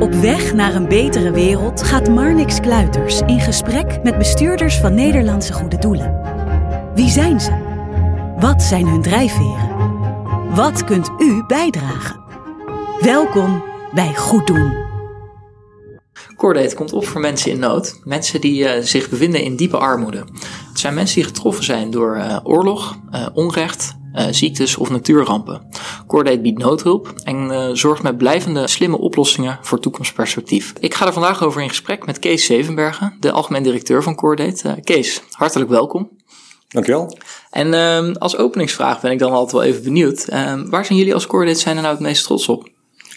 Op weg naar een betere wereld gaat Marnix Kluiters in gesprek met bestuurders van Nederlandse Goede Doelen. Wie zijn ze? Wat zijn hun drijfveren? Wat kunt u bijdragen? Welkom bij Goed Doen. Cordate komt op voor mensen in nood. Mensen die zich bevinden in diepe armoede. Het zijn mensen die getroffen zijn door oorlog, onrecht, ziektes of natuurrampen. Cordate biedt noodhulp en zorgt met blijvende slimme oplossingen voor toekomstperspectief. Ik ga er vandaag over in gesprek met Kees Zevenbergen, de algemeen directeur van Cordate. Kees, hartelijk welkom. Dankjewel. En als openingsvraag ben ik dan altijd wel even benieuwd. Waar zijn jullie als Cordate zijn er nou het meest trots op?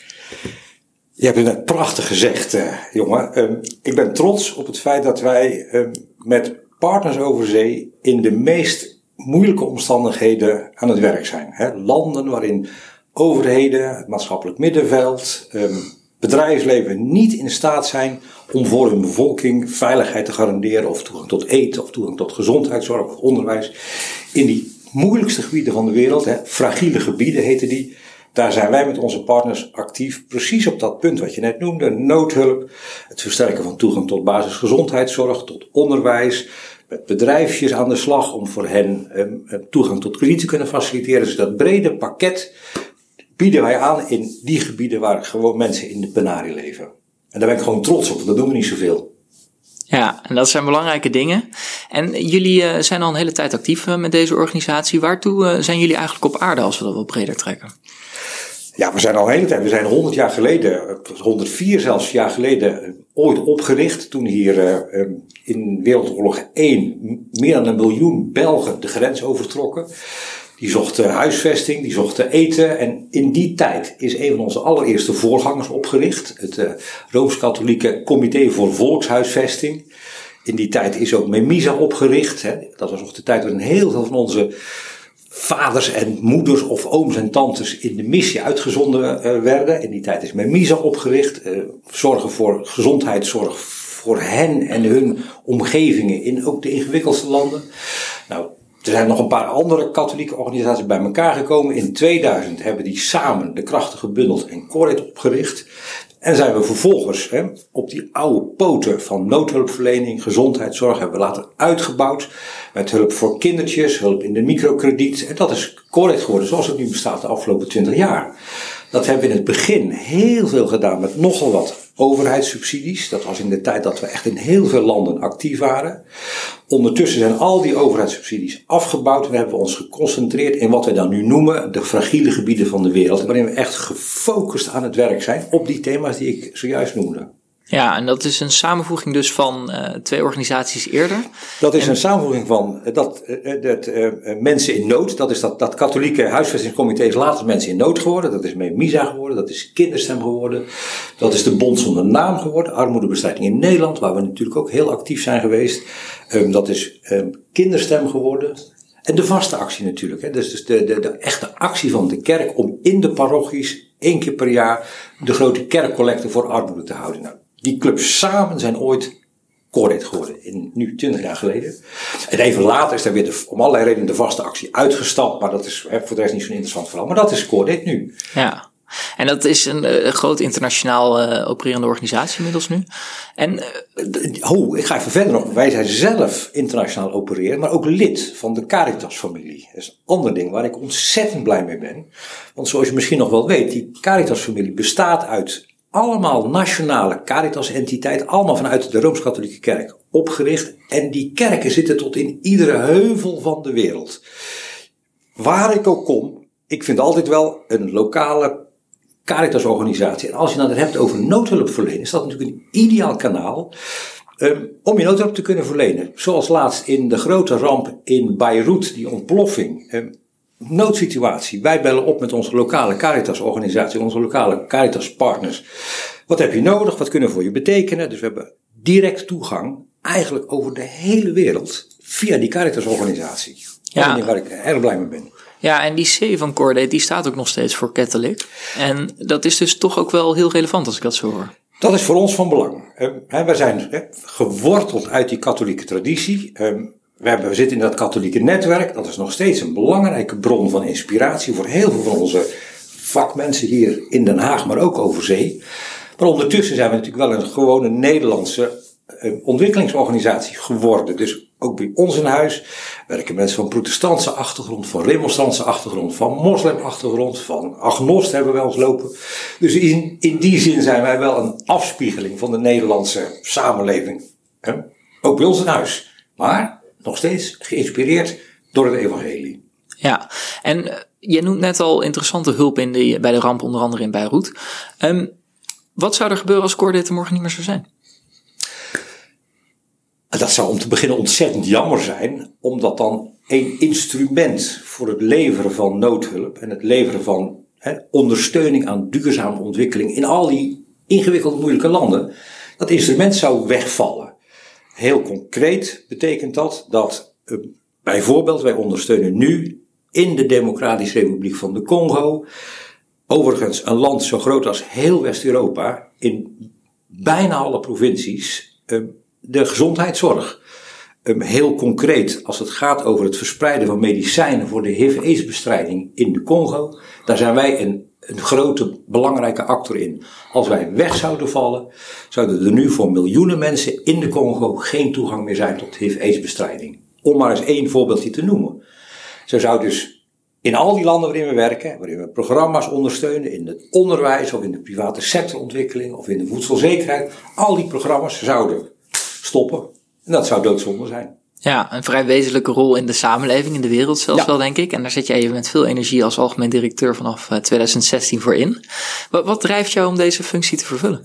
Je hebt het net prachtig gezegd, jongen. Ik ben trots op het feit dat wij met partners over zee in de meest moeilijke omstandigheden aan het werk zijn. Hè? Landen waarin overheden, het maatschappelijk middenveld, bedrijfsleven niet in staat zijn om voor hun bevolking veiligheid te garanderen of toegang tot eten of toegang tot gezondheidszorg of onderwijs. In die moeilijkste gebieden van de wereld, fragiele gebieden heten die, daar zijn wij met onze partners actief, precies op dat punt wat je net noemde, noodhulp, het versterken van toegang tot basisgezondheidszorg, tot onderwijs, met bedrijfjes aan de slag om voor hen toegang tot krediet te kunnen faciliteren. Dus dat brede pakket bieden wij aan in die gebieden waar gewoon mensen in de penarie leven. En daar ben ik gewoon trots op, want dat doen we niet zoveel. Ja, en dat zijn belangrijke dingen. En jullie zijn al een hele tijd actief met deze organisatie. Waartoe zijn jullie eigenlijk op aarde als we dat wat breder trekken? Ja, we zijn al een hele tijd. We zijn 100 jaar geleden, 104 zelfs jaar geleden, ooit opgericht. Toen hier in Wereldoorlog 1 meer dan 1 miljoen Belgen de grens overtrokken. Die zochten huisvesting, die zochten eten. En in die tijd is een van onze allereerste voorgangers opgericht. Het Rooms-Katholieke Comité voor Volkshuisvesting. In die tijd is ook MEMISA opgericht. Hè. Dat was nog de tijd waarin heel veel van onze vaders en moeders of ooms en tantes in de missie uitgezonden werden. In die tijd is MEMISA opgericht. Zorgen voor gezondheidszorg voor hen en hun omgevingen in ook de ingewikkeldste landen. Nou, er zijn nog een paar andere katholieke organisaties bij elkaar gekomen. In 2000 hebben die samen de krachten gebundeld en Cordate opgericht. En zijn we vervolgens op die oude poten van noodhulpverlening, gezondheidszorg hebben we later uitgebouwd. Met hulp voor kindertjes, hulp in de microkrediet. En dat is Cordate geworden zoals het nu bestaat de afgelopen 20 jaar. Dat hebben we in het begin heel veel gedaan met nogal wat overheidssubsidies. Dat was in de tijd dat we echt in heel veel landen actief waren. Ondertussen zijn al die overheidssubsidies afgebouwd en hebben we ons geconcentreerd in wat we dan nu noemen de fragiele gebieden van de wereld. Waarin we echt gefocust aan het werk zijn op die thema's die ik zojuist noemde. Ja, en dat is een samenvoeging dus van 2 organisaties eerder. Dat is een samenvoeging van mensen in nood. Dat is dat katholieke huisvestingscomité is later mensen in nood geworden. Dat is MEMISA geworden. Dat is Kinderstem geworden. Dat is de Bond zonder naam geworden. Armoedebestrijding in Nederland, waar we natuurlijk ook heel actief zijn geweest. Dat is Kinderstem geworden. En de vaste actie natuurlijk. Hè. Dus de echte actie van de kerk om in de parochies 1 keer per jaar de grote kerkcollecte voor armoede te houden. Nou, die clubs samen zijn ooit Cordate geworden, nu 20 jaar geleden. En even later is daar weer om allerlei redenen de vaste actie uitgestapt, maar dat is voor de rest niet zo'n interessant verhaal. Maar dat is Cordate nu. Ja, en dat is een groot internationaal opererende organisatie inmiddels nu. En ik ga even verder nog. Wij zijn zelf internationaal opereren, maar ook lid van de Caritas-familie. Dat is een ander ding waar ik ontzettend blij mee ben. Want zoals je misschien nog wel weet, die Caritas-familie bestaat uit allemaal nationale Caritas-entiteiten, allemaal vanuit de Rooms-Katholieke Kerk opgericht. En die kerken zitten tot in iedere heuvel van de wereld. Waar ik ook kom, ik vind altijd wel een lokale Caritas-organisatie. En als je dan het hebt over noodhulpverlening, is dat natuurlijk een ideaal kanaal om je noodhulp te kunnen verlenen. Zoals laatst in de grote ramp in Beirut, die ontploffing. Noodsituatie. Wij bellen op met onze lokale Caritas-organisatie, onze lokale Caritas-partners. Wat heb je nodig? Wat kunnen we voor je betekenen? Dus we hebben direct toegang eigenlijk over de hele wereld via die Caritas-organisatie. Dat is waar ik erg blij mee ben. Ja, en die C van Cordate, die staat ook nog steeds voor Catholic. En dat is dus toch ook wel heel relevant als ik dat zo hoor. Dat is voor ons van belang. Wij zijn geworteld uit die katholieke traditie. We zitten in dat katholieke netwerk. Dat is nog steeds een belangrijke bron van inspiratie voor heel veel van onze vakmensen hier in Den Haag, maar ook over zee. Maar ondertussen zijn we natuurlijk wel een gewone Nederlandse ontwikkelingsorganisatie geworden. Dus ook bij ons in huis werken mensen van protestantse achtergrond, van remonstrantse achtergrond, van moslimachtergrond, van agnost hebben we wel eens lopen. Dus in die zin zijn wij wel een afspiegeling van de Nederlandse samenleving. Hè? Ook bij ons in huis. Maar nog steeds geïnspireerd door het evangelie. Ja, en je noemt net al interessante hulp bij de ramp, onder andere in Beirut. Wat zou er gebeuren als Cordate er morgen niet meer zou zijn? Dat zou om te beginnen ontzettend jammer zijn, omdat dan een instrument voor het leveren van noodhulp en het leveren van ondersteuning aan duurzame ontwikkeling in al die ingewikkelde, moeilijke landen, dat instrument zou wegvallen. Heel concreet betekent dat bijvoorbeeld wij ondersteunen nu in de Democratische Republiek van de Congo, overigens een land zo groot als heel West-Europa, in bijna alle provincies, de gezondheidszorg. Heel concreet, als het gaat over het verspreiden van medicijnen voor de HIV-AIDS-bestrijding in de Congo, daar zijn wij een grote, belangrijke actor in. Als wij weg zouden vallen, zouden er nu voor miljoenen mensen in de Congo geen toegang meer zijn tot HIV-AIDS-bestrijding. Om maar eens één voorbeeldje te noemen. Zo zou dus in al die landen waarin we werken, waarin we programma's ondersteunen, in het onderwijs of in de private sectorontwikkeling of in de voedselzekerheid, al die programma's zouden stoppen. En dat zou doodzonde zijn. Ja, een vrij wezenlijke rol in de samenleving, in de wereld zelfs wel, denk ik. En daar zet jij je met veel energie als algemeen directeur vanaf 2016 voor in. Wat drijft jou om deze functie te vervullen?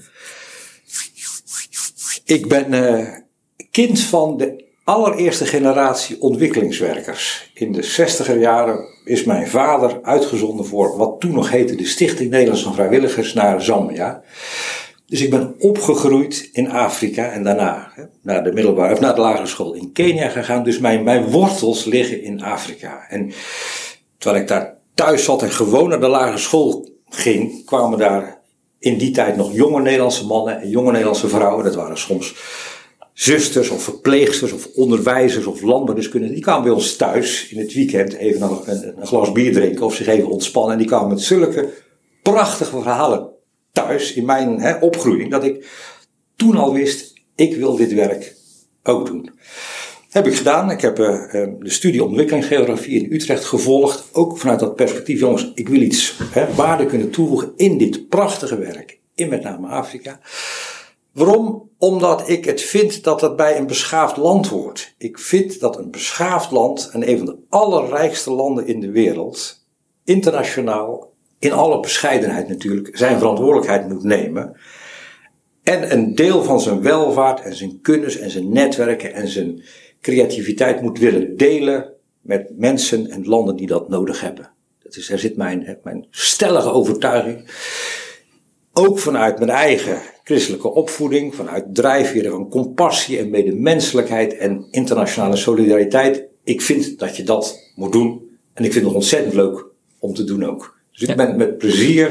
Ik ben kind van de allereerste generatie ontwikkelingswerkers. In de 60er jaren is mijn vader uitgezonden voor wat toen nog heette de Stichting Nederlandse Vrijwilligers naar Zambia. Dus ik ben opgegroeid in Afrika en daarna naar de lagere school in Kenia gegaan. Dus mijn wortels liggen in Afrika. En terwijl ik daar thuis zat en gewoon naar de lagere school ging, kwamen daar in die tijd nog jonge Nederlandse mannen en jonge Nederlandse vrouwen. Dat waren soms zusters of verpleegsters of onderwijzers of landbouwdeskundigen. Die kwamen bij ons thuis in het weekend even een glas bier drinken of zich even ontspannen. En die kwamen met zulke prachtige verhalen thuis in mijn opgroeiing, dat ik toen al wist, ik wil dit werk ook doen. Heb ik gedaan. Ik heb de studie ontwikkelingsgeografie in Utrecht gevolgd. Ook vanuit dat perspectief, jongens, ik wil iets waarde kunnen toevoegen in dit prachtige werk. In met name Afrika. Waarom? Omdat ik het vind dat het bij een beschaafd land hoort. Ik vind dat een beschaafd land, en een van de allerrijkste landen in de wereld, internationaal, in alle bescheidenheid natuurlijk, zijn verantwoordelijkheid moet nemen. En een deel van zijn welvaart en zijn kennis en zijn netwerken en zijn creativiteit moet willen delen met mensen en landen die dat nodig hebben. Daar zit mijn stellige overtuiging. Ook vanuit mijn eigen christelijke opvoeding, vanuit drijfveren van compassie en medemenselijkheid en internationale solidariteit. Ik vind dat je dat moet doen. En ik vind het ontzettend leuk om te doen ook. Dus ik ben met plezier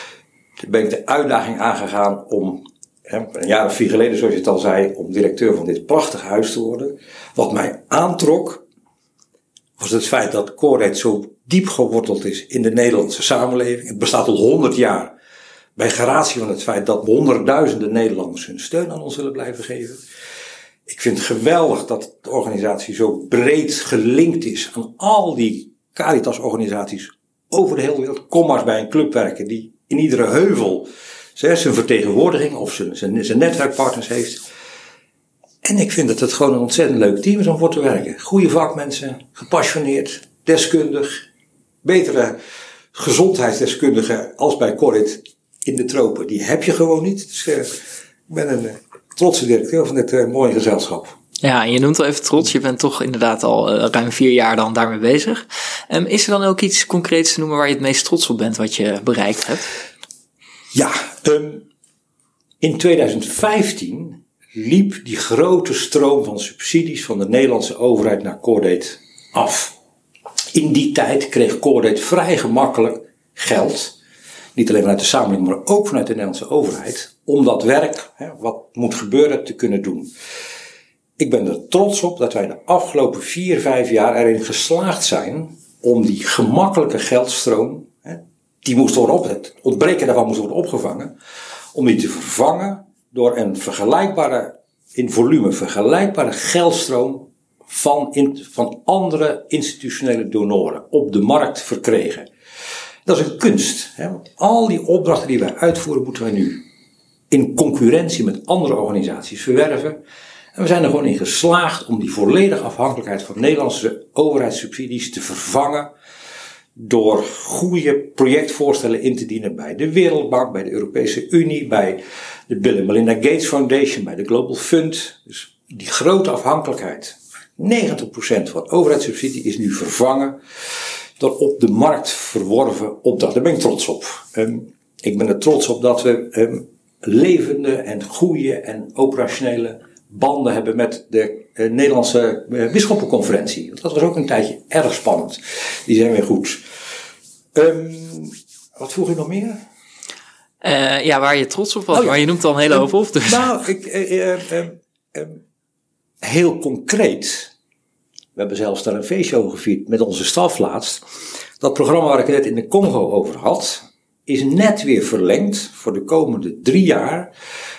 de uitdaging aangegaan om, een jaar of 4 geleden, zoals je het al zei, om directeur van dit prachtige huis te worden. Wat mij aantrok, was het feit dat Cordate zo diep geworteld is in de Nederlandse samenleving. Het bestaat al 100 jaar. Bij gratie van het feit dat honderdduizenden Nederlanders hun steun aan ons willen blijven geven. Ik vind het geweldig dat de organisatie zo breed gelinkt is aan al die Caritas-organisaties over de hele wereld. Kom maar eens bij een club werken die in iedere heuvel zijn vertegenwoordiging of zijn netwerkpartners heeft. En ik vind dat het gewoon een ontzettend leuk team is om voor te werken. Goede vakmensen, gepassioneerd, deskundig, betere gezondheidsdeskundigen als bij Cordate in de tropen. Die heb je gewoon niet. Dus ik ben een trotse directeur van dit mooie gezelschap. Ja, en je noemt al even trots. Je bent toch inderdaad al ruim 4 jaar dan daarmee bezig. Is er dan ook iets concreets te noemen waar je het meest trots op bent wat je bereikt hebt? Ja, in 2015 liep die grote stroom van subsidies van de Nederlandse overheid naar Cordate af. In die tijd kreeg Cordate vrij gemakkelijk geld, niet alleen vanuit de samenleving, maar ook vanuit de Nederlandse overheid, om dat werk, wat moet gebeuren, te kunnen doen. Ik ben er trots op dat wij de afgelopen 4-5 jaar erin geslaagd zijn om die gemakkelijke geldstroom, die moest worden het ontbreken daarvan moest worden opgevangen, om die te vervangen door een in volume vergelijkbare geldstroom van andere institutionele donoren op de markt verkregen. Dat is een kunst. Hè? Want al die opdrachten die wij uitvoeren moeten wij nu in concurrentie met andere organisaties verwerven. En we zijn er gewoon in geslaagd om die volledige afhankelijkheid van Nederlandse overheidssubsidies te vervangen door goede projectvoorstellen in te dienen bij de Wereldbank, bij de Europese Unie, bij de Bill & Melinda Gates Foundation, bij de Global Fund. Dus die grote afhankelijkheid, 90% van overheidssubsidie is nu vervangen door op de markt verworven opdrachten. Daar ben ik trots op. Ik ben er trots op dat we levende en goede en operationele banden hebben met de Nederlandse Bisschoppenconferentie. Want dat was ook een tijdje erg spannend. Die zijn weer goed. Wat vroeg u nog meer? Waar je trots op was, maar je noemt al een hele hoop op. Dus. Heel concreet. We hebben zelfs daar een feestje over gevierd met onze staf laatst. Dat programma waar ik het net in de Congo over had, is net weer verlengd voor de komende 3 jaar.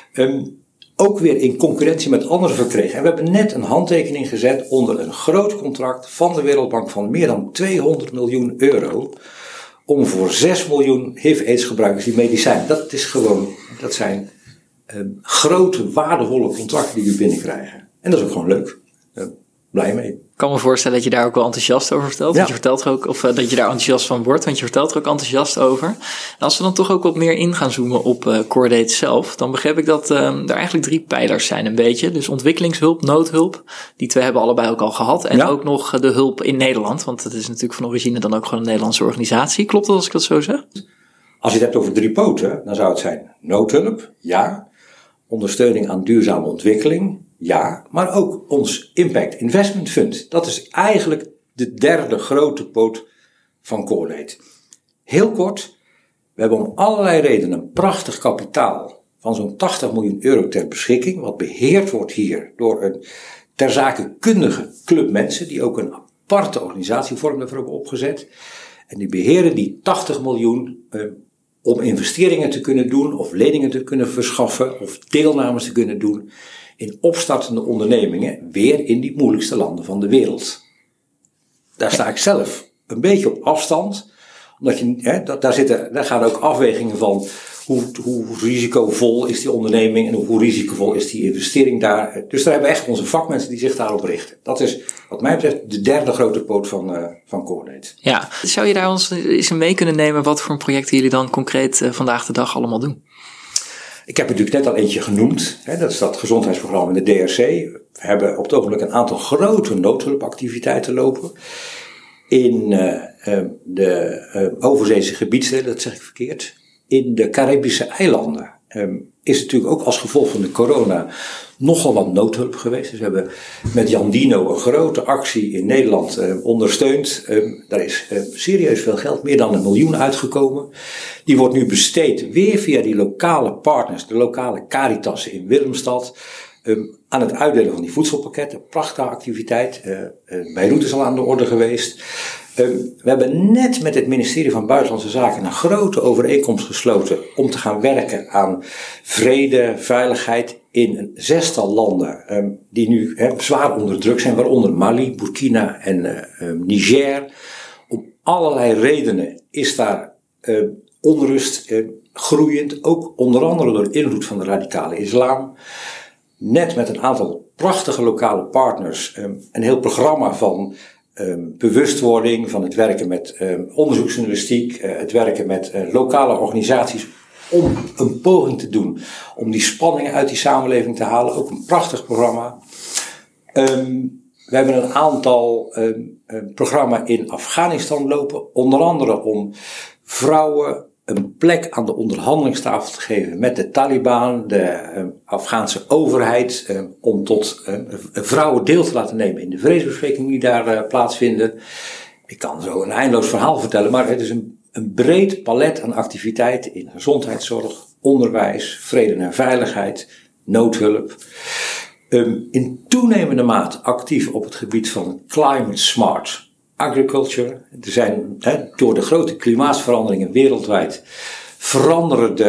Ook weer in concurrentie met anderen verkregen. En we hebben net een handtekening gezet onder een groot contract van de Wereldbank van meer dan 200 miljoen euro. Om voor 6 miljoen HIV-AIDS-gebruikers die medicijnen. Dat zijn grote, waardevolle contracten die we binnenkrijgen. En dat is ook gewoon leuk. Blij mee. Ik kan me voorstellen dat je daar ook wel enthousiast over vertelt. Ja. Want je vertelt er ook, of dat je daar enthousiast van wordt, want je vertelt er ook enthousiast over. En als we dan toch ook wat meer in gaan zoomen op Cordate zelf, dan begrijp ik dat er eigenlijk 3 pijlers zijn een beetje. Dus ontwikkelingshulp, noodhulp, die 2 hebben allebei ook al gehad. En ook nog de hulp in Nederland, want het is natuurlijk van origine dan ook gewoon een Nederlandse organisatie. Klopt dat als ik dat zo zeg? Als je het hebt over 3 poten, dan zou het zijn noodhulp, ja. Ondersteuning aan duurzame ontwikkeling, ja, maar ook ons Impact Investment Fund. Dat is eigenlijk de 3e grote poot van Cordate. Heel kort, we hebben om allerlei redenen een prachtig kapitaal van zo'n 80 miljoen euro ter beschikking, wat beheerd wordt hier door een ter zake kundige club mensen, die ook een aparte organisatievorm daarvoor hebben opgezet. En die beheren die 80 miljoen om investeringen te kunnen doen, of leningen te kunnen verschaffen, of deelnames te kunnen doen in opstartende ondernemingen, weer in die moeilijkste landen van de wereld. Daar sta ik zelf een beetje op afstand, omdat daar gaan ook afwegingen van hoe risicovol is die onderneming en hoe risicovol is die investering daar. Dus daar hebben we echt onze vakmensen die zich daarop richten. Dat is wat mij betreft de 3e grote poot van Cordate. Ja, zou je daar ons eens mee kunnen nemen wat voor een projecten jullie dan concreet vandaag de dag allemaal doen? Ik heb natuurlijk net al eentje genoemd. Dat is dat gezondheidsprogramma in de DRC. We hebben op het ogenblik een aantal grote noodhulpactiviteiten lopen. In de overzeese gebiedsdelen, dat zeg ik verkeerd. In de Caribische eilanden is natuurlijk ook als gevolg van de corona nogal wat noodhulp geweest. Dus we hebben met Jan Dino een grote actie in Nederland ondersteund. Daar is serieus veel geld, meer dan 1 miljoen uitgekomen. Die wordt nu besteed weer via die lokale partners, de lokale Caritas in Willemstad, aan het uitdelen van die voedselpakketten. Prachtige activiteit. Beirut is al aan de orde geweest. We hebben net met het ministerie van Buitenlandse Zaken een grote overeenkomst gesloten om te gaan werken aan vrede, veiligheid in een 6-tal landen die nu zwaar onder druk zijn, waaronder Mali, Burkina en Niger. Om allerlei redenen is daar onrust groeiend, ook onder andere door invloed van de radicale islam. Net met een aantal prachtige lokale partners een heel programma van bewustwording, van het werken met onderzoeksjournalistiek, het werken met lokale organisaties om een poging te doen om die spanningen uit die samenleving te halen. Ook een prachtig programma. We hebben een aantal programma in Afghanistan lopen, onder andere om vrouwen een plek aan de onderhandelingstafel te geven met de Taliban, de Afghaanse overheid, om tot vrouwen deel te laten nemen in de vredesbesprekingen die daar plaatsvinden. Ik kan zo een eindeloos verhaal vertellen, maar het is een breed palet aan activiteiten in gezondheidszorg, onderwijs, vrede en veiligheid, noodhulp. In toenemende mate actief op het gebied van climate smart agriculture. Er zijn door de grote klimaatsveranderingen wereldwijd veranderen de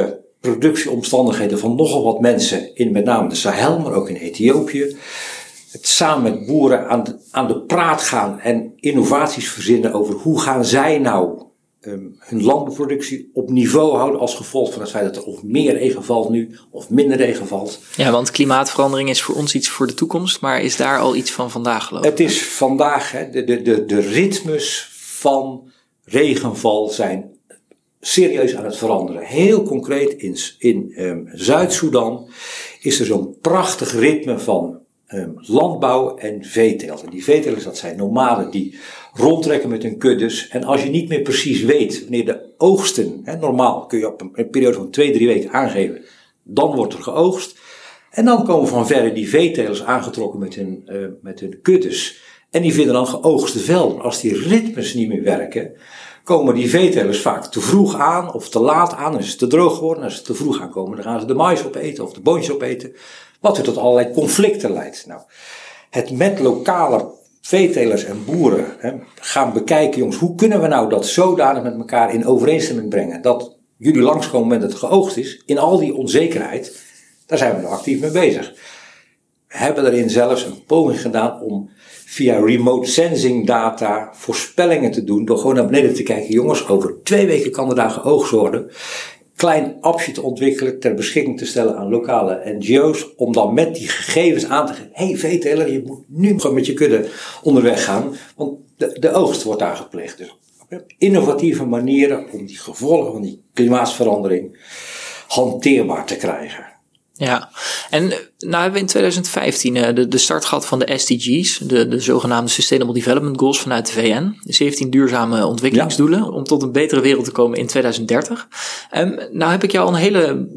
productieomstandigheden van nogal wat mensen in met name de Sahel, maar ook in Ethiopië. Het samen met boeren aan de praat gaan en innovaties verzinnen over hoe gaan zij nou hun landbouwproductie op niveau houden als gevolg van het feit dat er of meer regen valt nu of minder regen valt. Ja, want klimaatverandering is voor ons iets voor de toekomst, maar is daar al iets van vandaag geloof ik? Het is vandaag, de ritmes van regenval zijn serieus aan het veranderen. Heel concreet in Zuid-Soedan is er zo'n prachtig ritme van landbouw en veeteelt. En die veetelers, dat zijn nomaden die rondtrekken met hun kuddes. En als je niet meer precies weet wanneer de oogsten, normaal kun je op een periode van 2-3 weken aangeven, dan wordt er geoogst. En dan komen van verre die veetelers aangetrokken met hun kuddes. En die vinden dan geoogste velden. Als die ritmes niet meer werken, komen die veetelers vaak te vroeg aan of te laat aan. Dan is het te droog geworden. Als ze te vroeg aankomen, dan gaan ze de mais opeten of de boontjes opeten. Wat weer tot allerlei conflicten leidt. Nou, het met lokale veetelers en boeren gaan bekijken, jongens, hoe kunnen we nou dat zodanig met elkaar in overeenstemming brengen dat jullie langskomen op het moment dat het geoogst is, in al die onzekerheid, daar zijn we nu actief mee bezig. We hebben daarin zelfs een poging gedaan om via remote sensing data voorspellingen te doen, door gewoon naar beneden te kijken, jongens, over 2 weken kan er daar geoogst worden. Klein appje te ontwikkelen, ter beschikking te stellen aan lokale NGO's, om dan met die gegevens aan te geven, hey veeteler, je moet nu gewoon met je kudde onderweg gaan, want de oogst wordt daar gepleegd. Dus innovatieve manieren om die gevolgen van die klimaatsverandering hanteerbaar te krijgen. Ja, en nou hebben we in 2015 de start gehad van de SDG's, de zogenaamde Sustainable Development Goals vanuit de VN. De 17 duurzame ontwikkelingsdoelen om tot een betere wereld te komen in 2030. Nou heb ik jou al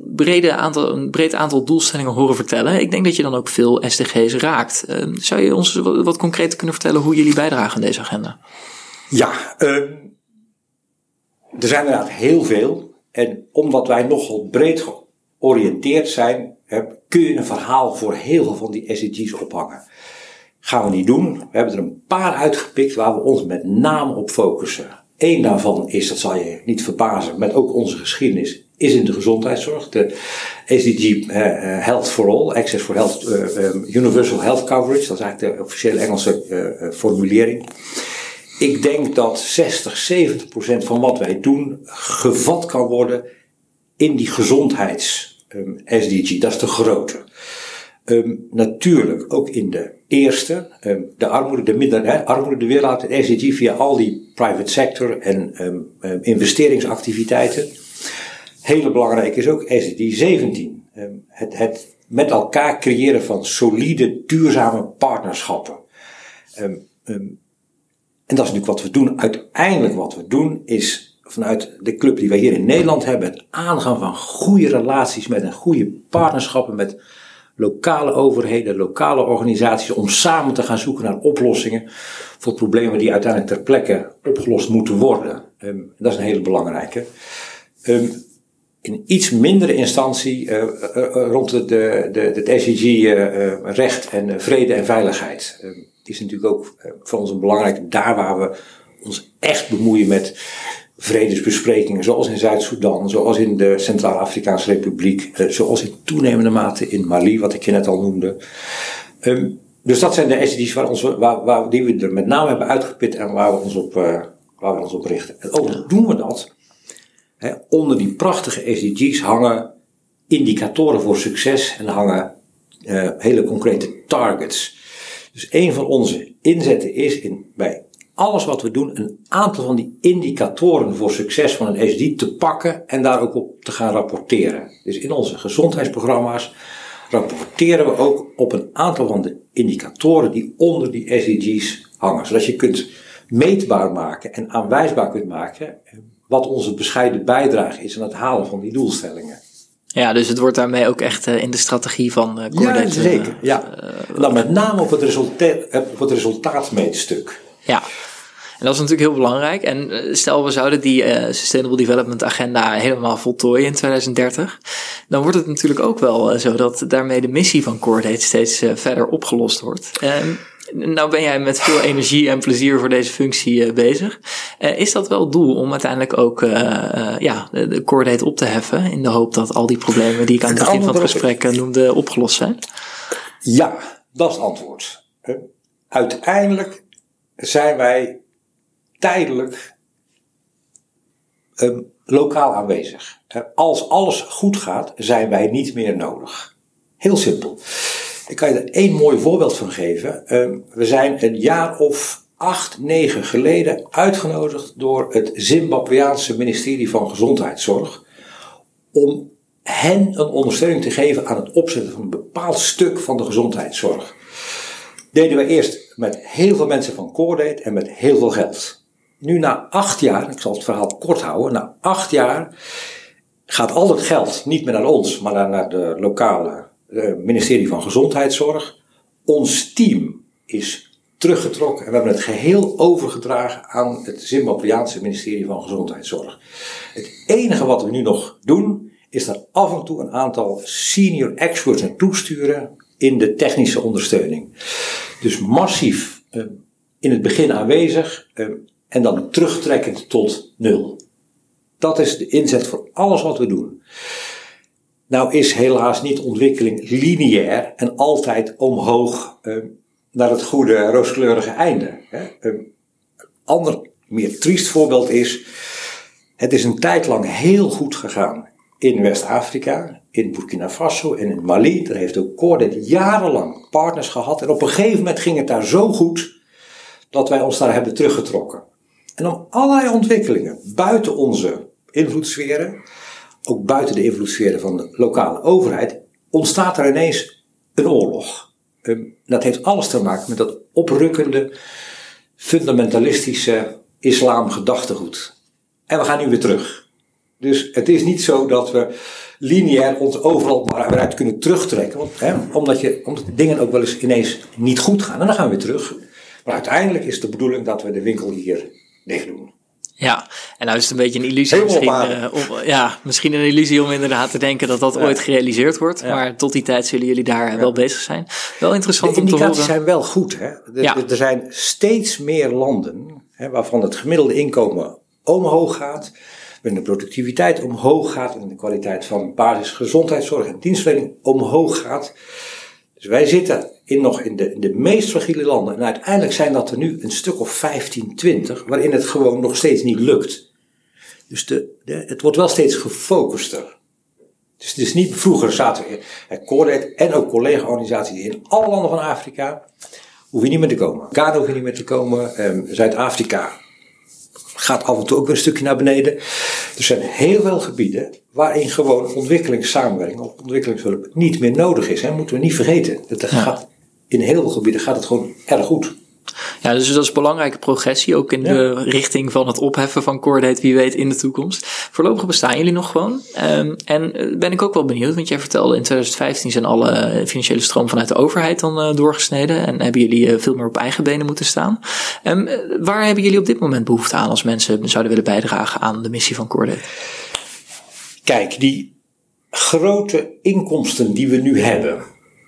een breed aantal doelstellingen horen vertellen. Ik denk dat je dan ook veel SDG's raakt. Zou je ons wat concreter kunnen vertellen hoe jullie bijdragen aan deze agenda? Ja, er zijn inderdaad heel veel. En omdat wij nogal breed georiënteerd zijn, kun je een verhaal voor heel veel van die SDG's ophangen. Gaan we niet doen. We hebben er een paar uitgepikt waar we ons met name op focussen. Eén daarvan is, dat zal je niet verbazen, met ook onze geschiedenis, is in de gezondheidszorg. De SDG Health for All, Access for Health, Universal Health Coverage, dat is eigenlijk de officiële Engelse formulering. Ik denk dat 60-70% van wat wij doen gevat kan worden in die gezondheids-SDG. Dat is de grote. Natuurlijk ook in de eerste, de armoede, armoede, de wereld, de SDG via al die private sector en investeringsactiviteiten. Hele belangrijk is ook SDG 17. Het met elkaar creëren van solide, duurzame partnerschappen. En dat is natuurlijk wat we doen. Uiteindelijk wat we doen is vanuit de club die wij hier in Nederland hebben, het aangaan van goede relaties met en goede partnerschappen met lokale overheden, lokale organisaties, om samen te gaan zoeken naar oplossingen voor problemen die uiteindelijk ter plekke opgelost moeten worden. Dat is een hele belangrijke. In iets mindere instantie rond het SDG recht en vrede en veiligheid. Is natuurlijk ook voor ons een belangrijk, daar waar we ons echt bemoeien met vredesbesprekingen, zoals in Zuid-Soedan, zoals in de Centraal-Afrikaanse Republiek, zoals in toenemende mate in Mali, wat ik je net al noemde. Dus dat zijn de SDG's die we er met name hebben uitgeput en waar we ons op richten. En ook doen we dat. Onder die prachtige SDG's hangen indicatoren voor succes en hangen hele concrete targets. Dus een van onze inzetten is bij alles wat we doen een aantal van die indicatoren voor succes van een SDG te pakken en daar ook op te gaan rapporteren. Dus in onze gezondheidsprogramma's rapporteren we ook op een aantal van de indicatoren die onder die SDG's hangen. Zodat je kunt meetbaar maken en aanwijsbaar kunt maken wat onze bescheiden bijdrage is aan het halen van die doelstellingen. Ja, dus het wordt daarmee ook echt in de strategie van Cordate. Ja, zeker. En dan met name op het resultaatmeetstuk. Ja, en dat is natuurlijk heel belangrijk. En stel we zouden die Sustainable Development Agenda helemaal voltooien in 2030. Dan wordt het natuurlijk ook wel zo dat daarmee de missie van Cordate steeds verder opgelost wordt. Nou ben jij met veel energie en plezier voor deze functie bezig. Is dat wel het doel om uiteindelijk ook de Cordate op te heffen in de hoop dat al die problemen die ik aan het begin van het gesprek noemde opgelost zijn? Ja, dat is het antwoord. Uiteindelijk zijn wij tijdelijk lokaal aanwezig. Als alles goed gaat, zijn wij niet meer nodig. Heel simpel. Ik kan je er 1 mooi voorbeeld van geven. We zijn een jaar of 8, 9 geleden uitgenodigd door het Zimbabweaanse ministerie van Gezondheidszorg om hen een ondersteuning te geven aan het opzetten van een bepaald stuk van de gezondheidszorg. Deden we eerst met heel veel mensen van Cordate en met heel veel geld. Nu na 8 jaar, ik zal het verhaal kort houden, na 8 jaar gaat al het geld niet meer naar ons, maar naar de lokale ministerie van Gezondheidszorg. Ons team is teruggetrokken en we hebben het geheel overgedragen aan het Zimbabweaanse ministerie van Gezondheidszorg. Het enige wat we nu nog doen, is er af en toe een aantal senior experts naartoe sturen in de technische ondersteuning. Dus massief in het begin aanwezig en dan terugtrekkend tot 0. Dat is de inzet voor alles wat we doen. Nou is helaas niet ontwikkeling lineair en altijd omhoog naar het goede rooskleurige einde. Een ander, meer triest voorbeeld is, het is een tijd lang heel goed gegaan in West-Afrika, in Burkina Faso en in Mali. Daar heeft ook Cordate jarenlang partners gehad. En op een gegeven moment ging het daar zo goed dat wij ons daar hebben teruggetrokken. En om allerlei ontwikkelingen buiten onze invloedssferen, ook buiten de invloedssferen van de lokale overheid, ontstaat er ineens een oorlog. Dat heeft alles te maken met dat oprukkende, fundamentalistische islamgedachtegoed. En we gaan nu weer terug. Dus het is niet zo dat we lineair ons overal maar weer uit kunnen terugtrekken. Omdat de dingen ook wel eens ineens niet goed gaan. En dan gaan we weer terug. Maar uiteindelijk is de bedoeling dat we de winkel hier dicht doen. Ja, en nou is het een beetje een illusie. Misschien een illusie om inderdaad te denken dat dat ooit gerealiseerd wordt. Ja. Maar tot die tijd zullen jullie daar wel bezig zijn. Wel interessant om te horen. De indicaties zijn wel goed. Hè? Er zijn steeds meer landen waarvan het gemiddelde inkomen omhoog gaat. Waarin de productiviteit omhoog gaat en de kwaliteit van basisgezondheidszorg en dienstverlening omhoog gaat. Dus wij zitten nog in de meest fragiele landen. En uiteindelijk zijn dat er nu een stuk of 15, 20, waarin het gewoon nog steeds niet lukt. Dus het wordt wel steeds gefocuster. Dus het is niet, vroeger zaten we Cordate en ook collega-organisaties in alle landen van Afrika. Hoef je niet meer te komen. Ghana hoef je niet meer te komen. Zuid-Afrika gaat af en toe ook weer een stukje naar beneden. Er zijn heel veel gebieden waarin gewoon ontwikkelingssamenwerking of ontwikkelingshulp niet meer nodig is. Hè. Moeten we niet vergeten. In heel veel gebieden gaat het gewoon erg goed. Ja, dus dat is belangrijke progressie, ook in de richting van het opheffen van Cordate, wie weet, in de toekomst. Voorlopig bestaan jullie nog gewoon. En ben ik ook wel benieuwd, want jij vertelde in 2015 zijn alle financiële stroom vanuit de overheid dan doorgesneden en hebben jullie veel meer op eigen benen moeten staan. Waar hebben jullie op dit moment behoefte aan als mensen zouden willen bijdragen aan de missie van Cordate? Kijk, die grote inkomsten die we nu hebben,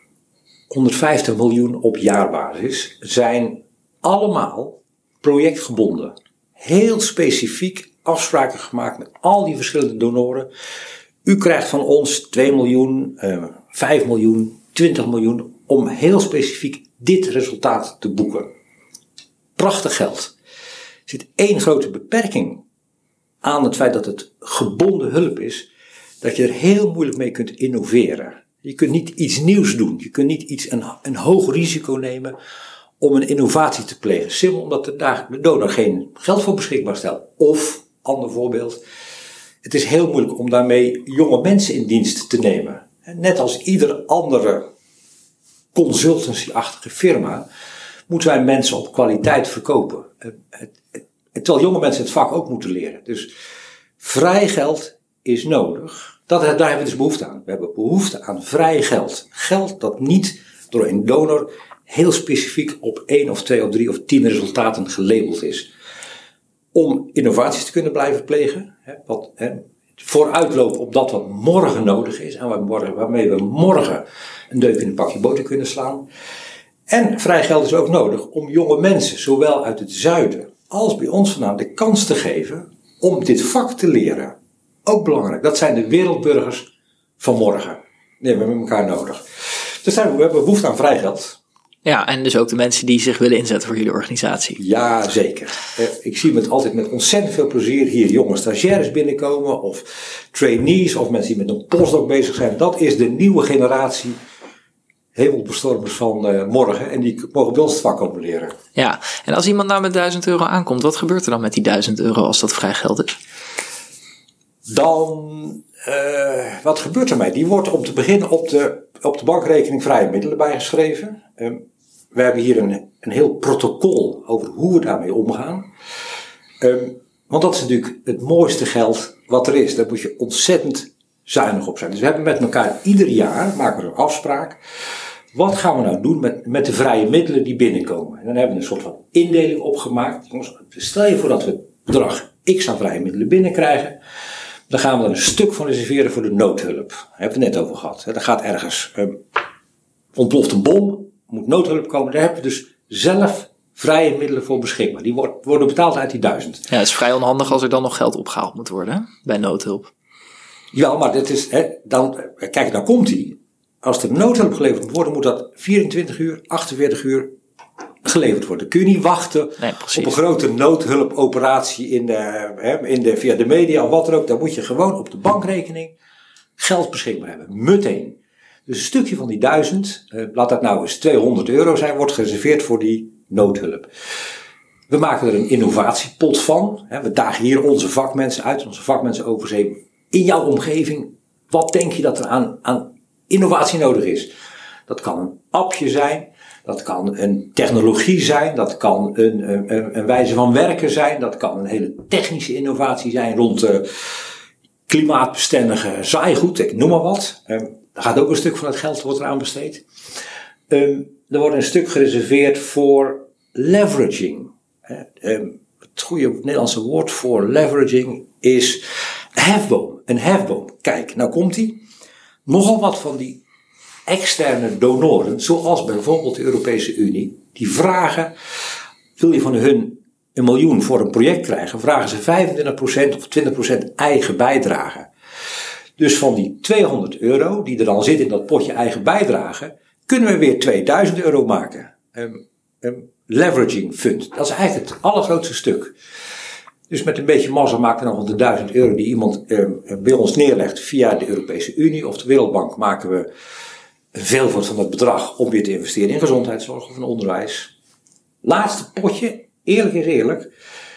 150 miljoen op jaarbasis, zijn allemaal projectgebonden. Heel specifiek afspraken gemaakt met al die verschillende donoren. U krijgt van ons 2 miljoen, 5 miljoen, 20 miljoen om heel specifiek dit resultaat te boeken. Prachtig geld. Er zit 1 grote beperking aan het feit dat het gebonden hulp is, dat je er heel moeilijk mee kunt innoveren. Je kunt niet iets nieuws doen. Je kunt niet een hoog risico nemen om een innovatie te plegen. Simpel omdat de donor geen geld voor beschikbaar stelt. Of, ander voorbeeld, het is heel moeilijk om daarmee jonge mensen in dienst te nemen. Net als iedere andere consultancy-achtige firma moeten wij mensen op kwaliteit verkopen. Terwijl jonge mensen het vak ook moeten leren. Dus vrij geld is nodig. Daar hebben we dus behoefte aan. We hebben behoefte aan vrij geld. Geld dat niet door een donor heel specifiek op 1 of 2 of 3 of 10 resultaten gelabeld is. Om innovaties te kunnen blijven plegen. Vooruitlopen op dat wat morgen nodig is. En waarmee we morgen een deuk in een pakje boter kunnen slaan. En vrij geld is ook nodig om jonge mensen, zowel uit het zuiden als bij ons vandaan, de kans te geven om dit vak te leren. Ook belangrijk. Dat zijn de wereldburgers van morgen. Die hebben we met elkaar nodig. Dus we hebben behoefte aan vrij geld. Ja, en dus ook de mensen die zich willen inzetten voor jullie organisatie. Ja, zeker. Ik zie altijd met ontzettend veel plezier hier jonge stagiaires binnenkomen. Of trainees, of mensen die met een postdoc bezig zijn. Dat is de nieuwe generatie hemelbestormers van morgen. En die mogen bij ons het vak komen leren. Ja, en als iemand nou met €1000 aankomt, wat gebeurt er dan met die €1000 als dat vrij geld is? Dan, wat gebeurt er mee? Die wordt om te beginnen op de bankrekening vrije middelen bijgeschreven. We hebben hier een heel protocol over hoe we daarmee omgaan. Want dat is natuurlijk het mooiste geld wat er is. Daar moet je ontzettend zuinig op zijn. Dus we hebben met elkaar ieder jaar, maken we een afspraak. Wat gaan we nou doen met de vrije middelen die binnenkomen? En dan hebben we een soort van indeling opgemaakt. Jongens, stel je voor dat we het bedrag X aan vrije middelen binnenkrijgen. Dan gaan we er een stuk van reserveren voor de noodhulp. Daar hebben we het net over gehad. Er gaat ergens, ontploft een bom, moet noodhulp komen. Daar hebben we dus zelf vrije middelen voor beschikbaar. Die worden betaald uit die 1000. Ja, het is vrij onhandig als er dan nog geld opgehaald moet worden, hè? Bij noodhulp. Ja, maar dit is, kijk, dan komt die. Als er noodhulp geleverd moet worden, moet dat 24 uur, 48 uur geleverd worden. Kun je niet wachten op een grote noodhulpoperatie via de media of wat dan ook. Dan moet je gewoon op de bankrekening geld beschikbaar hebben. Meteen. Dus een stukje van die 1000, laat dat nou eens €200 zijn, wordt gereserveerd voor die noodhulp. We maken er een innovatiepot van. We dagen hier onze vakmensen uit, onze vakmensen over zee. In jouw omgeving, wat denk je dat er aan innovatie nodig is? Dat kan een appje zijn, dat kan een technologie zijn, dat kan een wijze van werken zijn, dat kan een hele technische innovatie zijn rond klimaatbestendige zaaigoed, ik noem maar wat. Daar gaat ook een stuk van het geld wordt eraan besteed. Er wordt een stuk gereserveerd voor leveraging. Het goede Nederlandse woord voor leveraging is hefboom. Een hefboom. Kijk, nou komt die. Nogal wat van die externe donoren, zoals bijvoorbeeld de Europese Unie, die vragen, wil je van hun $1 miljoen voor een project krijgen, vragen ze 25% of 20% eigen bijdrage. Dus van die €200 die er dan zit in dat potje eigen bijdrage, kunnen we weer €2000 maken. Leveraging fund. Dat is eigenlijk het allergrootste stuk. Dus met een beetje mazzel maken we nog de €1000 die iemand bij ons neerlegt via de Europese Unie of de Wereldbank, maken we veel van het bedrag om weer te investeren in gezondheidszorg of in onderwijs. Laatste potje, eerlijk is eerlijk.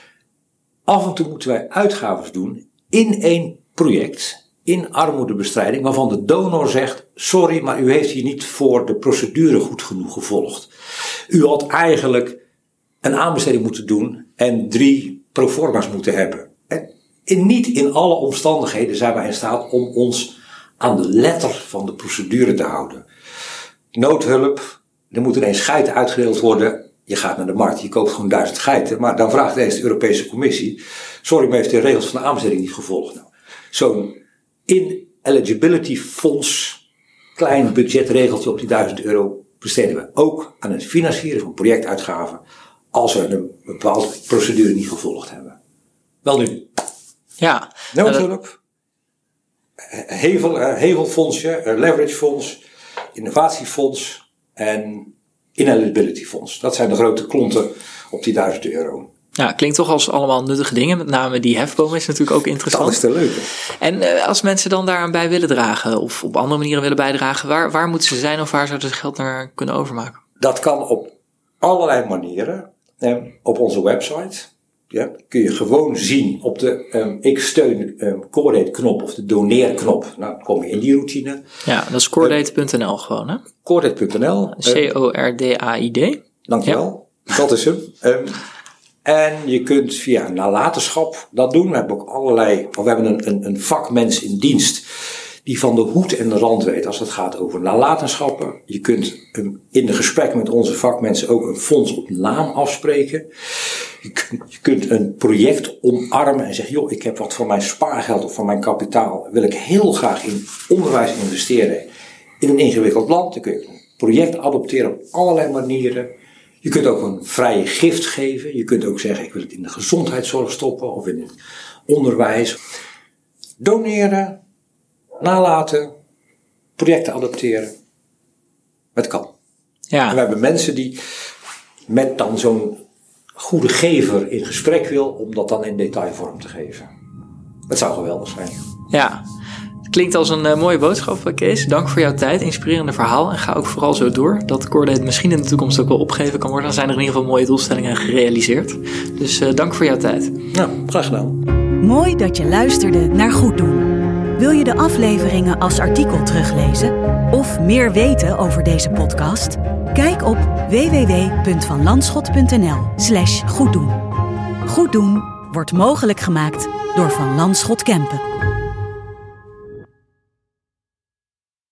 Af en toe moeten wij uitgaven doen in één project, in armoedebestrijding, waarvan de donor zegt, sorry, maar u heeft hier niet voor de procedure goed genoeg gevolgd. U had eigenlijk een aanbesteding moeten doen en 3 proforma's moeten hebben. En niet in alle omstandigheden zijn wij in staat om ons aan de letter van de procedure te houden. Noodhulp, er moeten ineens geiten uitgedeeld worden. Je gaat naar de markt, je koopt gewoon 1000 geiten. Maar dan vraagt ineens de Europese Commissie, sorry, maar heeft de regels van de aanbesteding niet gevolgd. Nou, zo'n ineligibility fonds, klein budgetregeltje op die €1000 besteden we ook aan het financieren van projectuitgaven als we een bepaalde procedure niet gevolgd hebben. Wel nu. Ja. Noodhulp, hevelfondsje, leveragefonds, innovatiefonds en ineligibility fonds. Dat zijn de grote klonten op die €1000. Ja, klinkt toch als allemaal nuttige dingen. Met name die hefboom is natuurlijk ook interessant. Dat is te leuk. En als mensen dan daaraan bij willen dragen of op andere manieren willen bijdragen, waar moeten ze zijn of waar zouden ze geld naar kunnen overmaken? Dat kan op allerlei manieren. Op onze website kun je gewoon zien op de ik steun Cordate knop of de doneerknop. Nou, dan kom je in die routine. Ja, dat is cordate.nl gewoon, hè? Cordate.nl. CORDAID. Dankjewel. Ja. Dat is hem. En je kunt via nalatenschap dat doen. We hebben een vakmens in dienst die van de hoed en de rand weet als het gaat over nalatenschappen. Je kunt in de gesprekken met onze vakmensen ook een fonds op naam afspreken. Je kunt een project omarmen en zeggen, joh, ik heb wat van mijn spaargeld of van mijn kapitaal, wil ik heel graag in onderwijs investeren in een ingewikkeld land. Dan kun je een project adopteren op allerlei manieren. Je kunt ook een vrije gift geven. Je kunt ook zeggen, ik wil het in de gezondheidszorg stoppen of in het onderwijs. Doneren, nalaten, projecten adopteren. Het kan. Ja. En we hebben mensen die met dan zo'n goede gever in gesprek wil om dat dan in detailvorm te geven. Het zou geweldig zijn. Ja, het klinkt als een mooie boodschap, Kees. Dank voor jouw tijd, inspirerende verhaal. En ga ook vooral zo door. Dat Cordate misschien in de toekomst ook wel opgegeven kan worden. Dan zijn er in ieder geval mooie doelstellingen gerealiseerd. Dus dank voor jouw tijd. Nou, graag gedaan. Mooi dat je luisterde naar Goed Doen. Wil je de afleveringen als artikel teruglezen of meer weten over deze podcast? Kijk op www.vanlandschot.nl/goeddoen. Goed Doen wordt mogelijk gemaakt door Van Landschot Kempen.